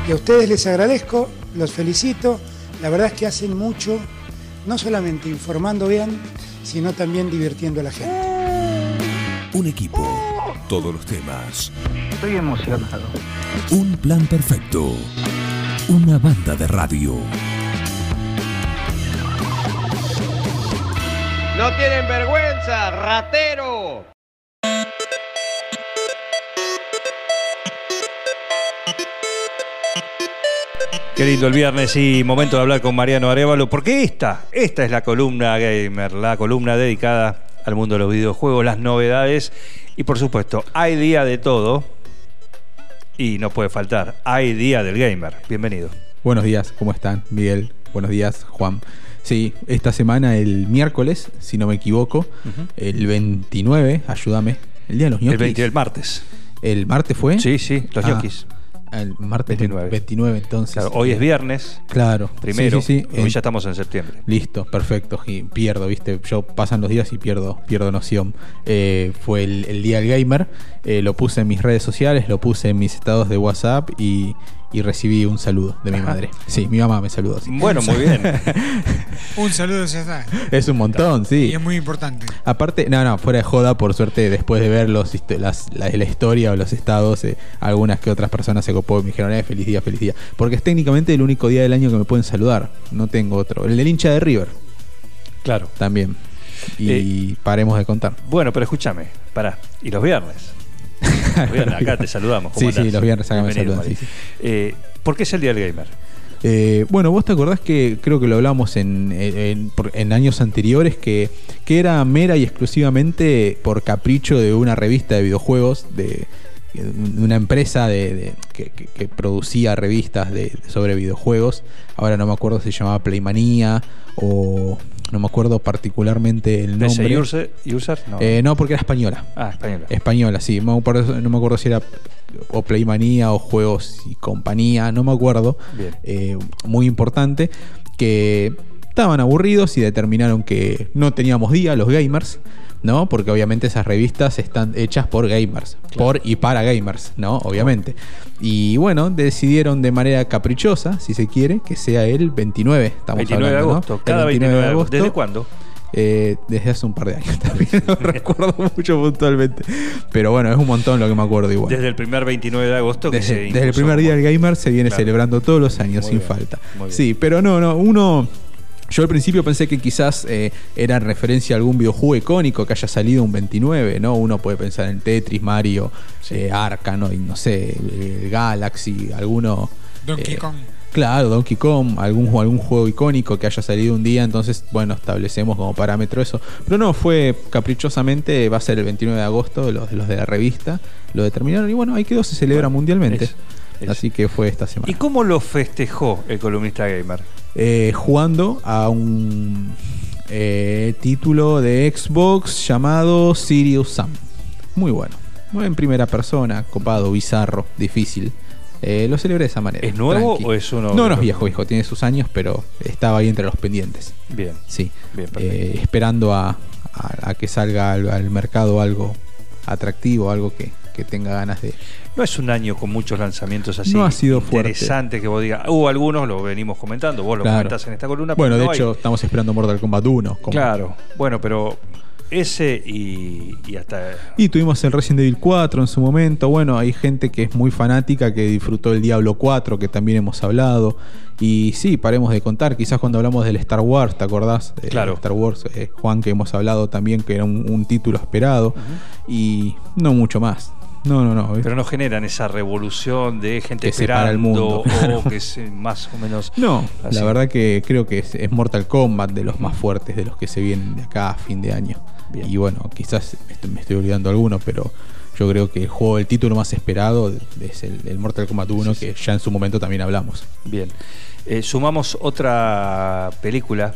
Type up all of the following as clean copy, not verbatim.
Y a ustedes les agradezco, los felicito. La verdad es que hacen mucho, no solamente informando bien, sino también divirtiendo a la gente. Un equipo, todos los temas. Estoy emocionado. Un plan perfecto. Una banda de radio. ¡No tienen vergüenza, ratero! Qué lindo el viernes y momento de hablar con Mariano Arévalo, porque esta es la columna gamer, la columna dedicada al mundo de los videojuegos, las novedades y por supuesto, hay día de todo y no puede faltar, hay día del gamer. Bienvenido. Buenos días, ¿cómo están? Miguel, buenos días, Juan. Sí, esta semana el miércoles, si no me equivoco, el 29, ayúdame, el día de los ñoquis. El martes. ¿El martes fue? Sí, los ñoquis. El martes 29 entonces. Claro, hoy es viernes. Claro. Primero. Sí. Hoy ya estamos en septiembre. Listo, perfecto. Y pierdo, ¿viste? Yo pasan los días y pierdo noción. Fue el día del gamer. Lo puse en mis redes sociales, lo puse en mis estados de WhatsApp y recibí un saludo de mi madre. Sí, mi mamá me saludó. Sí. Bueno, muy bien. Un saludo ya está. Es un montón, sí. Y es muy importante. Aparte, no, fuera de joda, por suerte, después de ver la historia o los estados, algunas que otras personas se copó y me dijeron, feliz día. Porque es técnicamente el único día del año que me pueden saludar. No tengo otro. El del hincha de River. Claro. También. Y paremos de contar. Bueno, pero escúchame, pará. ¿Y los viernes? Acá te saludamos. Sí, los viernes acá me saludan. Sí. ¿Por qué es el Día del Gamer? Bueno, vos te acordás que creo que lo hablamos en años anteriores, que era mera y exclusivamente por capricho de una revista de videojuegos, de una empresa que producía revistas sobre videojuegos. Ahora no me acuerdo si se llamaba Playmanía o... No me acuerdo particularmente el nombre. ¿User? No, porque era española. Española. Española, sí. No me acuerdo si era o Playmanía o Juegos y Compañía, no me acuerdo. Bien. Muy importante, que estaban aburridos y determinaron que no teníamos día los gamers, ¿no? Porque obviamente esas revistas están hechas por gamers, claro. Por y para gamers, ¿no? Obviamente. Y bueno, decidieron de manera caprichosa, si se quiere, que sea el 29. Estamos 29 hablando, de agosto. ¿no? Cada 29 de agosto. ¿Desde cuándo? Desde hace un par de años también. No recuerdo mucho puntualmente. Pero bueno, es un montón lo que me acuerdo igual. Desde el primer 29 de agosto que desde el primer día del gamer se viene celebrando todos los años, muy sin bien, falta. Sí, pero no, yo al principio pensé que quizás era en referencia a algún videojuego icónico que haya salido un 29, ¿no? Uno puede pensar en Tetris, Mario, Arcano, y no sé, Galaxy, alguno... Donkey Kong. Claro, Donkey Kong, algún juego icónico que haya salido un día, entonces, bueno, establecemos como parámetro eso. Pero no, fue caprichosamente, va a ser el 29 de agosto, los de la revista, lo determinaron y bueno, ahí quedó, se celebra mundialmente. Así que fue esta semana. ¿Y cómo lo festejó el columnista gamer? Jugando a un título de Xbox llamado Serious Sam. Muy bueno, muy en primera persona, copado, bizarro, difícil. Lo celebré de esa manera. ¿Es nuevo o es uno? No, es viejo, tiene sus años, pero estaba ahí entre los pendientes. Bien. Sí. Bien, esperando a que salga al mercado algo atractivo, algo que tenga ganas de... No es un año con muchos lanzamientos así. No ha sido interesante fuerte. Que vos digas. Algunos lo venimos comentando, vos lo comentás en esta columna. Bueno, pero de hecho, estamos esperando Mortal Kombat 1. Claro, bueno, pero ese y hasta... Y tuvimos el Resident Evil 4 en su momento. Bueno, hay gente que es muy fanática, que disfrutó el Diablo 4, que también hemos hablado. Y sí, paremos de contar. Quizás cuando hablamos del Star Wars, ¿te acordás? Claro. Star Wars, Juan, que hemos hablado también, que era un título esperado. Y no mucho más. No. Pero no generan esa revolución de gente que esperando separa el mundo, o que es más o menos... No, así. La verdad que creo que es Mortal Kombat de los más fuertes, de los que se vienen de acá a fin de año. Bien. Y bueno, quizás me estoy olvidando alguno, pero yo creo que el título más esperado es el Mortal Kombat 1, que ya en su momento también hablamos. Bien. Sumamos otra película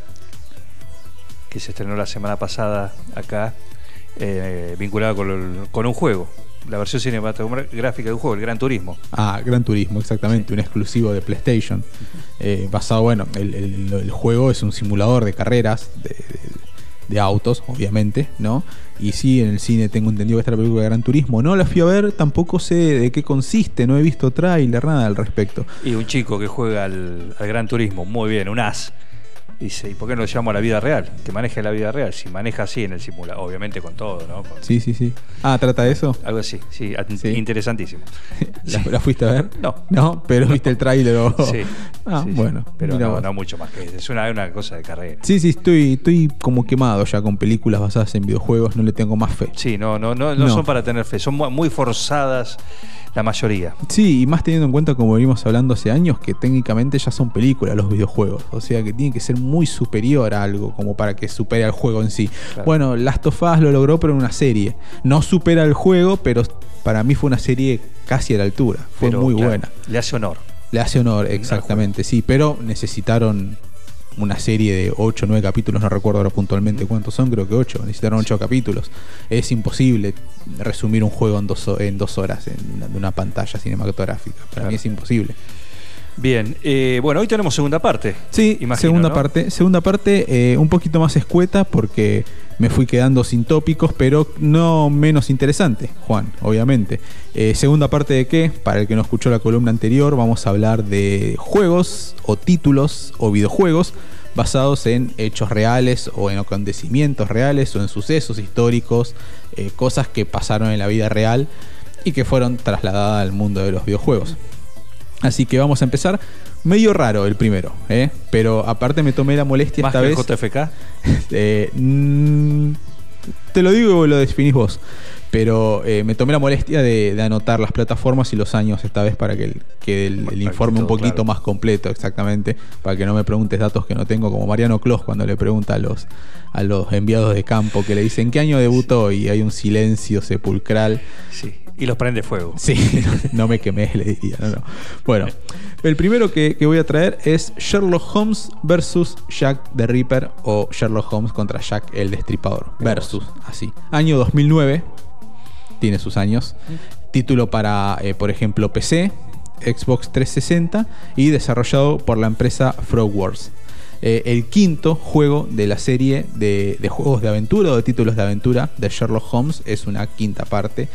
que se estrenó la semana pasada acá, vinculada con un juego. La versión cinematográfica de un juego, el Gran Turismo. Gran Turismo, exactamente, un exclusivo de PlayStation. Basado, bueno, el juego es un simulador de carreras de autos, obviamente, ¿no? Y sí, en el cine tengo entendido que está la película de Gran Turismo. No la fui a ver, tampoco sé de qué consiste, no he visto tráiler, nada al respecto. Y un chico que juega al Gran Turismo, muy bien, un as. Dice, ¿y por qué no lo llamo a la vida real? Que maneje la vida real. Si maneja así en el simulador, obviamente con todo, ¿no? Sí. Ah, ¿trata de eso? Algo así, sí. Interesantísimo. ¿La fuiste a ver? No, pero viste el tráiler o... Sí. Ah, bueno. Pero no mucho más que eso. Es una cosa de carrera. Sí, estoy como quemado ya con películas basadas en videojuegos, no le tengo más fe. Sí, no son para tener fe, son muy forzadas la mayoría. Sí, y más teniendo en cuenta, como venimos hablando hace años, que técnicamente ya son películas los videojuegos. O sea que tiene que ser muy superior a algo como para que supere al juego en sí. Claro. Bueno, Last of Us lo logró, pero en una serie. No supera el juego, pero para mí fue una serie casi a la altura. Fue muy buena. Le hace honor. Le hace honor, exactamente, sí. Pero necesitaron una serie de 8 o 9 capítulos, no recuerdo ahora puntualmente cuántos son, creo que 8, necesitaron 8 capítulos. Es imposible resumir un juego en 2 horas en una pantalla cinematográfica. Para mí es imposible. Bien, bueno, hoy tenemos segunda parte. Sí, imagino, segunda parte un poquito más escueta porque me fui quedando sin tópicos, pero no menos interesante, Juan, obviamente. Segunda parte de qué, para el que no escuchó la columna anterior, vamos a hablar de juegos o títulos o videojuegos basados en hechos reales o en acontecimientos reales o en sucesos históricos, cosas que pasaron en la vida real y que fueron trasladadas al mundo de los videojuegos. Así que vamos a empezar. Medio raro el primero, pero aparte me tomé la molestia esta vez. ¿Más que el JFK? Te lo digo y lo definís vos. Pero me tomé la molestia de anotar las plataformas y los años esta vez para que el informe un poquito más completo, exactamente. Para que no me preguntes datos que no tengo, como Mariano Clos cuando le pregunta a los enviados de campo que le dicen ¿qué año debutó? Y hay un silencio sepulcral. Sí. Y los prende fuego. Sí, no me quemé, le diría. No. Bueno, el primero que voy a traer es Sherlock Holmes versus Jack the Ripper, o Sherlock Holmes contra Jack el Destripador. Versus, así. Año 2009, tiene sus años. Título para, por ejemplo, PC, Xbox 360 y desarrollado por la empresa Frogwares. El quinto juego de la serie de juegos de aventura o de títulos de aventura de Sherlock Holmes, es una quinta parte.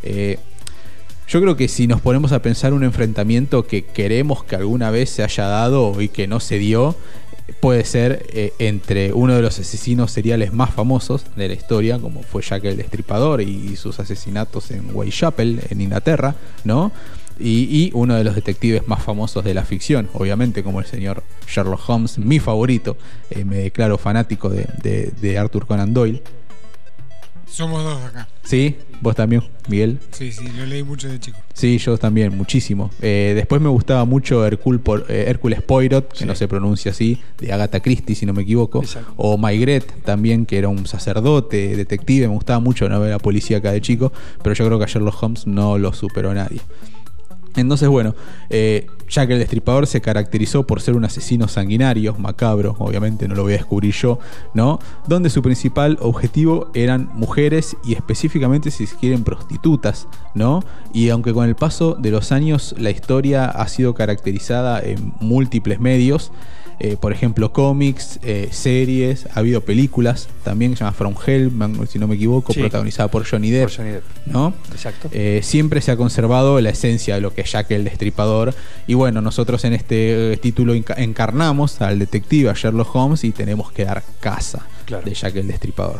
Yo creo que si nos ponemos a pensar un enfrentamiento que queremos que alguna vez se haya dado y que no se dio, puede ser entre uno de los asesinos seriales más famosos de la historia, como fue Jack el Destripador y sus asesinatos en Whitechapel, en Inglaterra, ¿no? Y uno de los detectives más famosos de la ficción, obviamente, como el señor Sherlock Holmes, mi favorito. Me declaro fanático de Arthur Conan Doyle. Somos dos acá. Sí, vos también, Miguel. Sí, lo leí mucho de chico. Sí, yo también, muchísimo. Después me gustaba mucho Hércules Poirot, que no se pronuncia así, de Agatha Christie, si no me equivoco. Exacto. O Maigret también, que era un sacerdote, detective. Me gustaba mucho la novela policíaca de chico, pero yo creo que a Sherlock Holmes no lo superó nadie. Entonces, bueno, Jack el Destripador se caracterizó por ser un asesino sanguinario, macabro, obviamente no lo voy a descubrir yo, ¿no? Donde su principal objetivo eran mujeres y específicamente, si se quieren, prostitutas, ¿no? Y aunque con el paso de los años la historia ha sido caracterizada en múltiples medios, por ejemplo cómics, series, ha habido películas también que se llama From Hell, si no me equivoco, sí, protagonizada por Johnny Depp, ¿no? Exacto. Siempre se ha conservado la esencia de lo que es Jack el Destripador, y bueno, nosotros en este título encarnamos al detective, a Sherlock Holmes, y tenemos que dar caza de Jack el Destripador.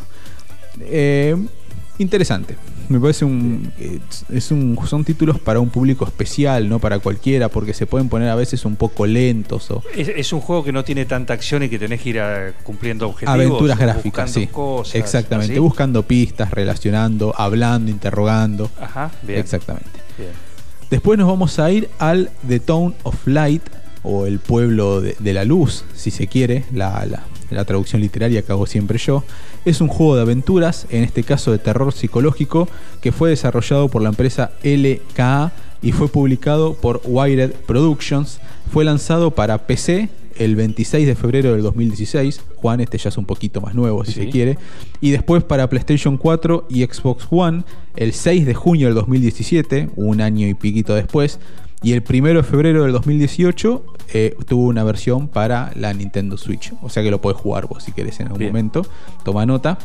Interesante. Me parece son títulos para un público especial, no para cualquiera, porque se pueden poner a veces un poco lentos. Es un juego que no tiene tanta acción y que tenés que ir cumpliendo objetivos. Aventuras gráficas, sí. Cosas, exactamente. ¿así? Buscando pistas, relacionando, hablando, interrogando. Ajá, bien. Exactamente. Bien. Después nos vamos a ir al The Town of Light, o el pueblo de la luz, si se quiere, la traducción literaria que hago siempre yo. Es un juego de aventuras, en este caso de terror psicológico, que fue desarrollado por la empresa LKA y fue publicado por Wired Productions. Fue lanzado para PC el 26 de febrero del 2016. Juan, este ya es un poquito más nuevo, si se quiere. Y después para PlayStation 4 y Xbox One el 6 de junio del 2017, un año y piquito después. Y el 1 de febrero del 2018 tuvo una versión para la Nintendo Switch. O sea que lo podés jugar vos si querés en algún momento. Toma nota.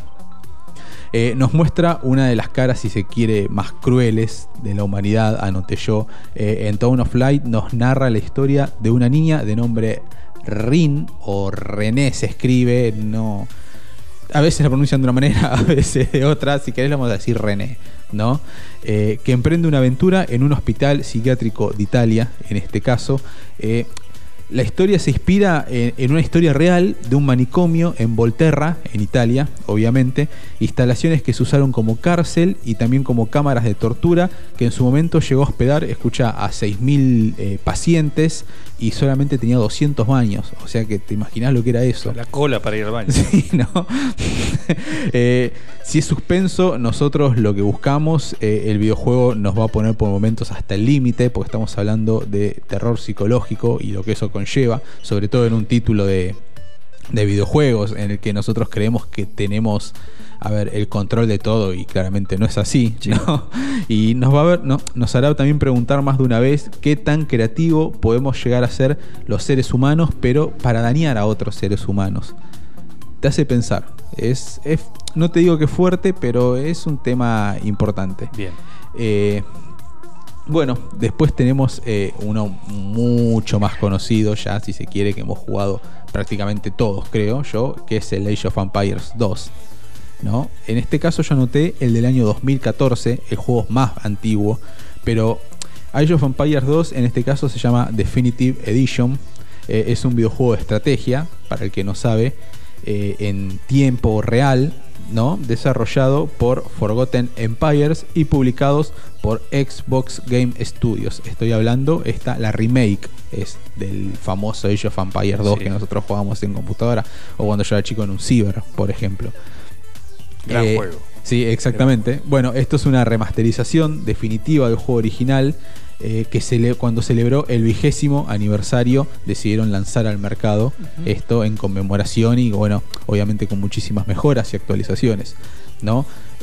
Nos muestra una de las caras, si se quiere, más crueles de la humanidad, anoté yo. En Town of Light nos narra la historia de una niña de nombre Rin, o René se escribe, no... A veces la pronuncian de una manera, a veces de otra. Si querés, le vamos a decir René, ¿no? Que emprende una aventura en un hospital psiquiátrico de Italia, en este caso. La historia se inspira en una historia real de un manicomio en Volterra, en Italia, obviamente. Instalaciones que se usaron como cárcel y también como cámaras de tortura, que en su momento llegó a hospedar, escucha, a 6.000 pacientes y solamente tenía 200 baños. O sea que te imaginás lo que era eso. La cola para ir al baño. Sí, ¿no? Si es suspenso, nosotros lo que buscamos, el videojuego nos va a poner por momentos hasta el límite, porque estamos hablando de terror psicológico y lo que eso conlleva, sobre todo en un título de videojuegos en el que nosotros creemos que tenemos, a ver, el control de todo, y claramente no es así, sí, ¿no? Y nos hará también preguntar más de una vez qué tan creativo podemos llegar a ser los seres humanos, pero para dañar a otros seres humanos. Te hace pensar. No te digo que es fuerte, pero es un tema importante. Bien. Bueno, después tenemos uno mucho más conocido ya, si se quiere, que hemos jugado prácticamente todos, creo yo, que es el Age of Empires 2, ¿no? En este caso yo anoté el del año 2014, el juego más antiguo, pero Age of Empires 2 en este caso se llama Definitive Edition. Es un videojuego de estrategia, para el que no sabe, en tiempo real, ¿no? Desarrollado por Forgotten Empires y publicados por Xbox Game Studios. Estoy hablando, la remake es del famoso Age of Empires 2, sí, que nosotros jugamos en computadora, o cuando yo era chico en un ciber, por ejemplo. Gran juego. Sí, exactamente. Bueno, esto es una remasterización definitiva del juego original, que cuando celebró el 20º aniversario decidieron lanzar al mercado esto en conmemoración, y bueno, obviamente con muchísimas mejoras y actualizaciones, ¿no?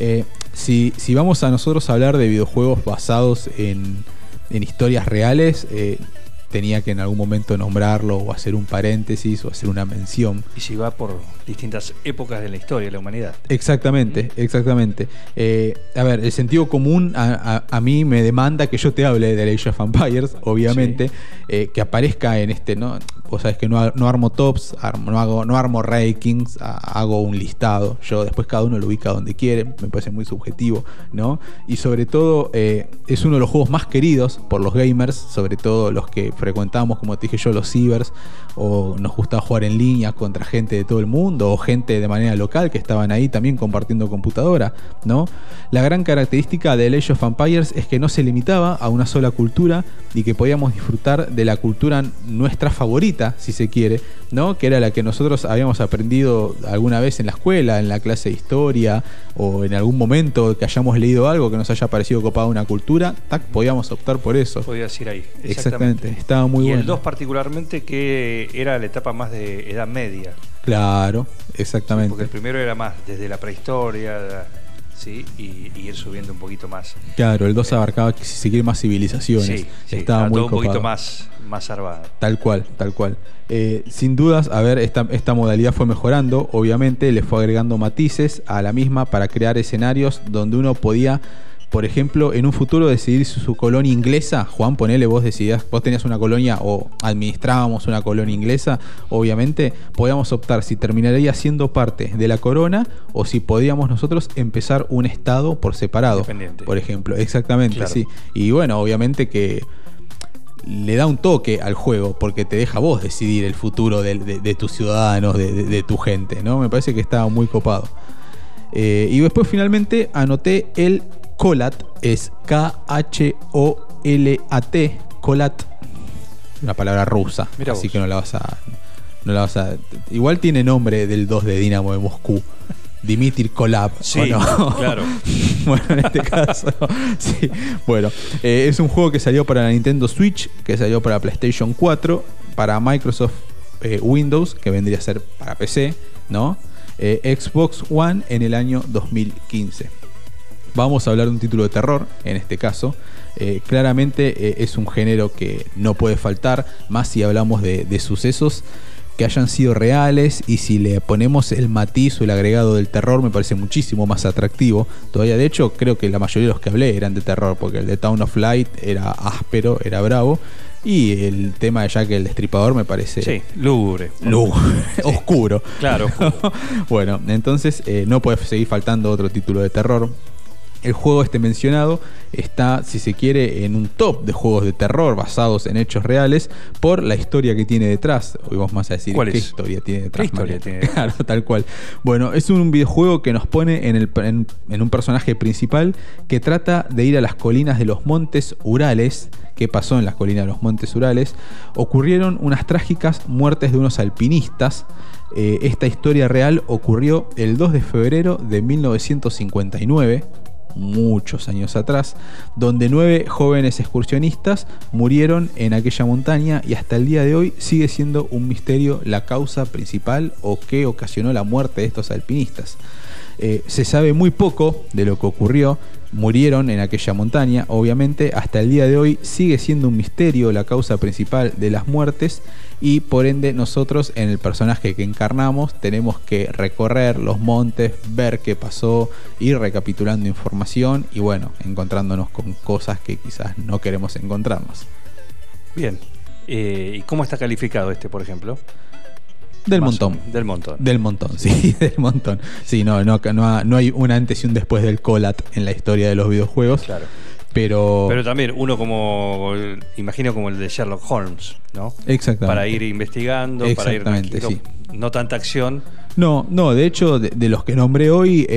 Si vamos a nosotros a hablar de videojuegos basados en historias reales, tenía que en algún momento nombrarlo, o hacer un paréntesis, o hacer una mención. Y si va por distintas épocas de la historia de la humanidad. Exactamente, exactamente. A ver, el sentido común a mí me demanda que yo te hable de Age of Empires, obviamente, sí, que aparezca en este, ¿no? Vos sabés que no armo tops, no armo rankings, hago un listado. Yo después cada uno lo ubica donde quiere, me parece muy subjetivo, ¿no? Y sobre todo es uno de los juegos más queridos por los gamers, sobre todo los que frecuentamos, como te dije yo, los cibers, o nos gustaba jugar en línea contra gente de todo el mundo, o gente de manera local que estaban ahí también compartiendo computadora, ¿no? La gran característica de Age of Empires es que no se limitaba a una sola cultura, y que podíamos disfrutar de la cultura nuestra favorita, si se quiere, ¿no? Que era la que nosotros habíamos aprendido alguna vez en la escuela, en la clase de historia, o en algún momento que hayamos leído algo que nos haya parecido copada una cultura, podíamos optar por eso. Podías ir ahí. Exactamente, estaba muy bueno. Y el 2 particularmente, que era la etapa más de Edad Media. Claro, exactamente. Sí, porque el primero era más desde la prehistoria, ¿sí? Y ir subiendo un poquito más. Claro, el 2 abarcaba, si se quiere, más civilizaciones. Sí, estaba muy todo un copado. poquito más armado. Tal cual, tal cual. Sin dudas, a ver, esta modalidad fue mejorando, obviamente, le fue agregando matices a la misma para crear escenarios donde uno podía, por ejemplo, en un futuro decidir si su colonia inglesa, Juan, ponele, vos tenías una colonia o administrábamos una colonia inglesa, obviamente podíamos optar si terminaría siendo parte de la corona o si podíamos nosotros empezar un estado por separado, por ejemplo. Exactamente, claro. Sí. Y bueno, obviamente que le da un toque al juego, porque te deja vos decidir el futuro de tus ciudadanos, de tu gente, ¿no? Me parece que estaba muy copado. Y después finalmente anoté el Kholat, es Kholat, Kholat, una palabra rusa. Mirá así vos. Que no la vas a. Igual tiene nombre del 2 de Dinamo de Moscú. Dmitry Kolab, sí, ¿o no? Claro. Bueno, en este caso, sí. Bueno, es un juego que salió para la Nintendo Switch, que salió para PlayStation 4, para Microsoft Windows, que vendría a ser para PC, ¿no? Xbox One en el año 2015. Vamos a hablar de un título de terror, en este caso. Claramente es un género que no puede faltar, más si hablamos de sucesos que hayan sido reales, y si le ponemos el matiz o el agregado del terror, me parece muchísimo más atractivo. Todavía, de hecho, creo que la mayoría de los que hablé eran de terror, porque el de Town of Light era áspero, era bravo, y el tema de Jack el Destripador me parece... Sí, lúgubre. Sí. Oscuro. Claro. Bueno, entonces no puede seguir faltando otro título de terror. El juego mencionado está, si se quiere, en un top de juegos de terror basados en hechos reales por la historia que tiene detrás. Hoy vamos más a decir qué historia tiene detrás. ¿Qué historia tiene detrás? Claro, tal cual. Bueno, es un videojuego que nos pone en un personaje principal que trata de ir a las colinas de los Montes Urales. ¿Qué pasó en las colinas de los Montes Urales? Ocurrieron unas trágicas muertes de unos alpinistas. Esta historia real ocurrió el 2 de febrero de 1959, muchos años atrás, donde 9 jóvenes excursionistas murieron en aquella montaña, y hasta el día de hoy sigue siendo un misterio la causa principal o qué ocasionó la muerte de estos alpinistas. Se sabe muy poco de lo que ocurrió. Murieron en aquella montaña, obviamente. Hasta el día de hoy sigue siendo un misterio la causa principal de las muertes, y por ende nosotros, en el personaje que encarnamos, tenemos que recorrer los montes, ver qué pasó, ir recapitulando información y, bueno, encontrándonos con cosas que quizás no queremos encontrarnos. Bien. ¿Y cómo está calificado por ejemplo? Del montón. Del montón. Del montón, sí, del montón. Sí, no hay un antes y un después del Colat en la historia de los videojuegos. Claro. Pero también uno imagino como el de Sherlock Holmes, ¿no? Exactamente. Para ir investigando, para ir tranquilo, sí. No tanta acción. No, de hecho, de los que nombré hoy,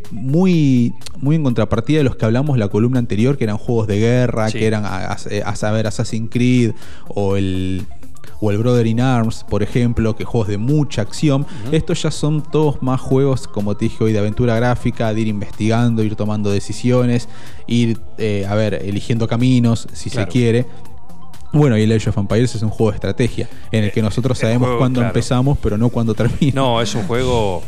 muy en contrapartida de los que hablamos la columna anterior, que eran juegos de guerra, sí, que eran a saber Assassin's Creed o el Brother in Arms, por ejemplo, que juegos de mucha acción. Estos ya son todos más juegos, como te dije hoy, de aventura gráfica, de ir investigando, ir tomando decisiones, ir eligiendo caminos, si se quiere. Bueno, y el Age of Empires es un juego de estrategia, en el que nosotros sabemos cuándo empezamos, pero no cuándo termina. No, es un juego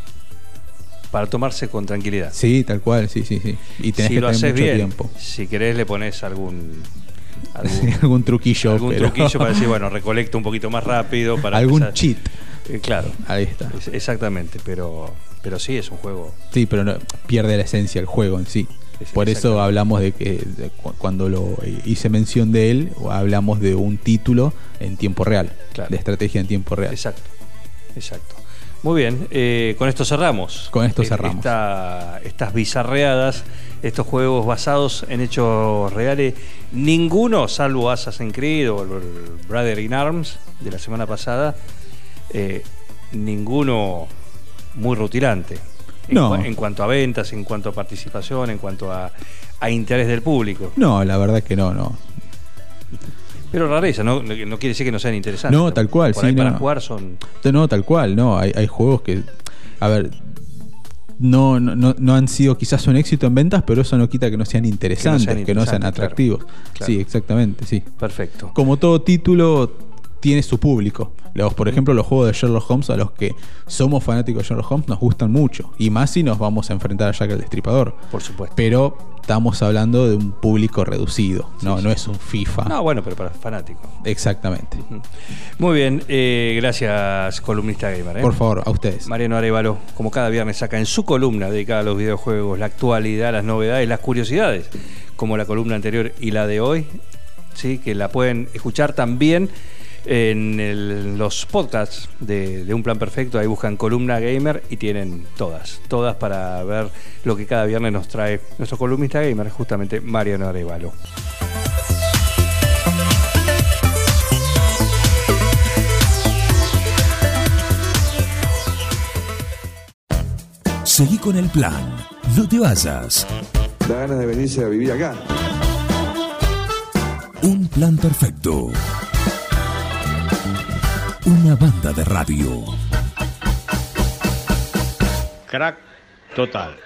para tomarse con tranquilidad. Sí, tal cual, sí. Y tenés que tener mucho tiempo. Si querés le pones algún truquillo. Truquillo para decir, bueno, recolecto un poquito más rápido. Para algún empezar. Cheat. Claro. Ahí está. Exactamente, pero sí es un juego. Sí, pero no, pierde la esencia el juego en sí. Por eso hablamos de que cuando lo hice mención de él, hablamos de un título en tiempo real, claro, de estrategia en tiempo real. Exacto. Muy bien, con esto cerramos. Estas bizarreadas, estos juegos basados en hechos reales, ninguno, salvo Assassin's Creed o el Brother in Arms de la semana pasada, ninguno muy rutilante. En cuanto a ventas, en cuanto a participación, en cuanto a interés del público. No, la verdad que no. Pero rareza, no quiere decir que no sean interesantes. No, tal cual, por ahí sí. Para jugar son... No, tal cual, no. Hay juegos que, a ver, no han sido quizás un éxito en ventas, pero eso no quita que no sean interesantes, que no sean atractivos. Claro. Sí, exactamente, sí. Perfecto. Como todo título tiene su público. Por ejemplo, los juegos de Sherlock Holmes, a los que somos fanáticos de Sherlock Holmes, nos gustan mucho. Y más si nos vamos a enfrentar a Jack el Destripador. Por supuesto. Pero estamos hablando de un público reducido. No es un FIFA. No, bueno, pero para fanáticos. Exactamente. Muy bien. Gracias, columnista gamer. Por favor, a ustedes. Mariano Arévalo, como cada viernes, saca en su columna dedicada a los videojuegos la actualidad, las novedades, las curiosidades, como la columna anterior y la de hoy, ¿sí? Que la pueden escuchar también en los podcasts de Un Plan Perfecto. Ahí buscan Columna Gamer y tienen todas para ver lo que cada viernes nos trae nuestro columnista gamer, justamente Mariano Arévalo. Seguí con el plan, no te vayas. Da ganas de venirse a vivir acá. Un Plan Perfecto. Una banda de radio. Crack total.